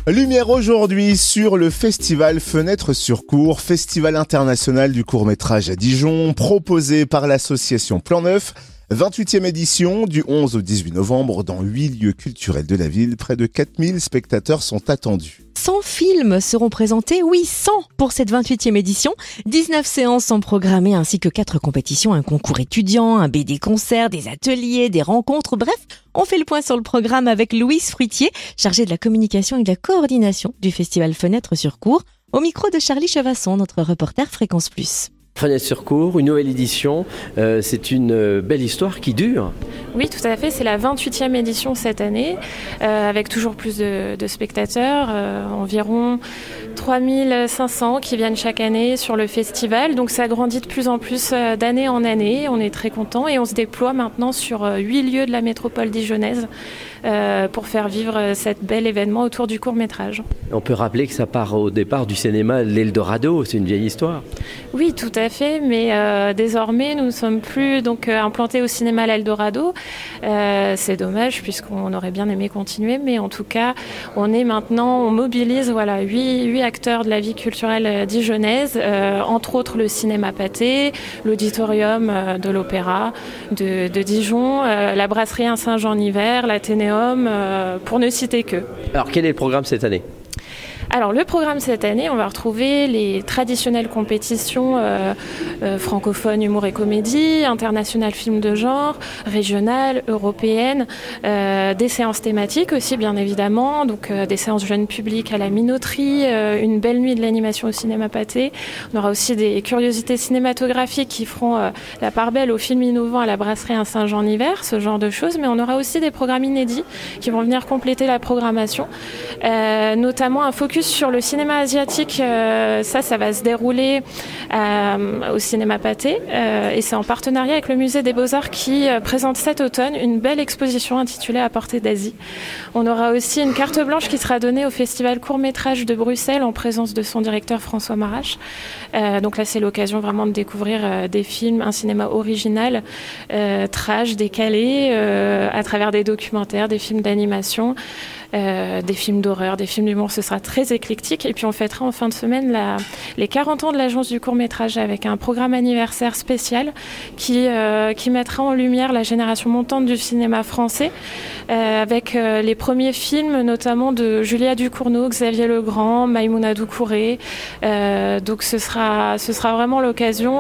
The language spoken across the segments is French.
Lumière aujourd'hui sur le festival Fenêtre sur Cour, festival international du court-métrage à Dijon, proposé par l'association Plan Neuf. 28e édition du 11 au 18 novembre dans 8 lieux culturels de la ville. Près de 4000 spectateurs sont attendus. 100 films seront présentés, oui 100 pour cette 28e édition. 19 séances sont programmées ainsi que 4 compétitions, un concours étudiant, un BD concert, des ateliers, des rencontres. Bref, on fait le point sur le programme avec Louise Fruitier, chargée de la communication et de la coordination du festival Fenêtre sur Cour. Au micro de Charlie Chevasson, notre reporter Fréquence Plus. Fenêtre sur Cour, une nouvelle édition, c'est une belle histoire qui dure. Oui, tout à fait, c'est la 28e édition cette année, avec toujours plus de spectateurs, environ 3500 qui viennent chaque année sur le festival, donc ça grandit de plus en plus d'année en année, on est très contents et on se déploie maintenant sur 8 lieux de la métropole dijonnaise pour faire vivre cet bel événement autour du court-métrage. On peut rappeler que ça part au départ du cinéma l'Eldorado, c'est une vieille histoire. Oui, tout à fait, mais désormais nous ne sommes plus donc implantés au cinéma l'Eldorado. C'est dommage puisqu'on aurait bien aimé continuer, mais en tout cas on mobilise 8 acteurs de la vie culturelle dijonnaise, entre autres le cinéma Pathé, l'auditorium de l'Opéra de Dijon, la brasserie Saint-Jean-Hiver, l'Athénéum, pour ne citer que. Alors quel est le programme cette année ? Alors le programme cette année, on va retrouver les traditionnelles compétitions francophones, humour et comédie, internationales films de genre, régionales, européennes, des séances thématiques aussi bien évidemment, donc des séances jeunes publics à la Minoterie, une belle nuit de l'animation au cinéma Pathé. On aura aussi des curiosités cinématographiques qui feront la part belle aux films innovants à la brasserie Saint-Jean-Hiver, ce genre de choses, mais on aura aussi des programmes inédits qui vont venir compléter la programmation, notamment un focus sur le cinéma asiatique. Ça va se dérouler au cinéma Pathé et c'est en partenariat avec le musée des Beaux-Arts qui présente cet automne une belle exposition intitulée À portée d'Asie. On aura aussi une carte blanche qui sera donnée au festival court-métrage de Bruxelles en présence de son directeur François Marache. Donc là c'est l'occasion vraiment de découvrir des films, un cinéma original, trash, décalé, à travers des documentaires, des films d'animation, des films d'horreur, des films d'humour. Ce sera très éclectique. Et puis on fêtera en fin de semaine les 40 ans de l'agence du court-métrage avec un programme anniversaire spécial qui mettra en lumière la génération montante du cinéma français, avec les premiers films notamment de Julia Ducournau, Xavier Legrand, Maïmouna Doucouré. Donc ce sera vraiment l'occasion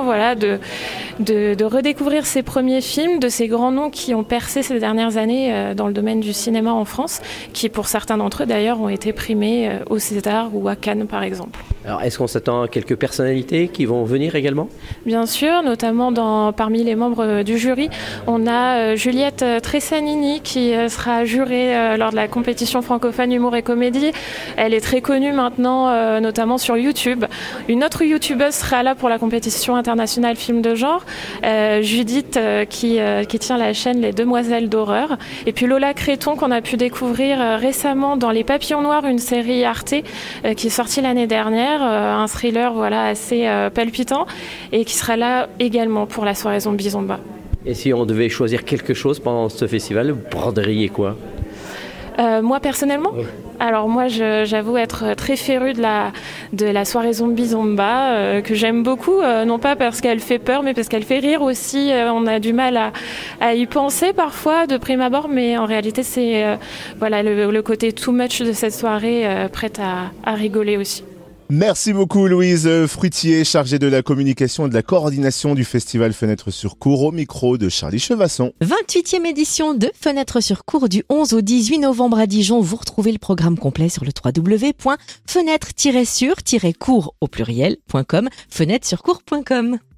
de redécouvrir ces premiers films, de ces grands noms qui ont percé ces dernières années dans le domaine du cinéma en France, qui pour certains d'entre eux d'ailleurs ont été primés au César ou à Cannes par exemple. Alors est-ce qu'on s'attend à quelques personnalités qui vont venir également ? Bien sûr, notamment parmi les membres du jury, on a Juliette Tressanini qui sera jurée lors de la compétition francophone humour et comédie. Elle est très connue maintenant, notamment sur YouTube. Une autre youtubeuse sera là pour la compétition internationale film de genre, Judith qui tient la chaîne Les Demoiselles d'horreur. Et puis Lola Créton qu'on a pu découvrir récemment dans Les Papillons Noirs, une série Arte qui est sortie l'année dernière, un thriller assez palpitant et qui sera là également pour la soirée Zombie Zomba. Et si on devait choisir quelque chose pendant ce festival, vous prendriez quoi ? Moi personnellement, oui. Alors moi j'avoue être très férue de la soirée Zombie Zomba que j'aime beaucoup, non pas parce qu'elle fait peur mais parce qu'elle fait rire aussi. On a du mal à y penser parfois de prime abord, mais en réalité c'est le côté too much de cette soirée prête à rigoler aussi. Merci beaucoup Louise Fruitier, chargée de la communication et de la coordination du festival Fenêtre sur Cour, au micro de Charlie Chevasson. 28e édition de Fenêtre sur Cour du 11 au 18 novembre à Dijon. Vous retrouvez le programme complet sur le www.fenêtre-sur-cour au pluriel.com, fenêtre-sur-cour.com.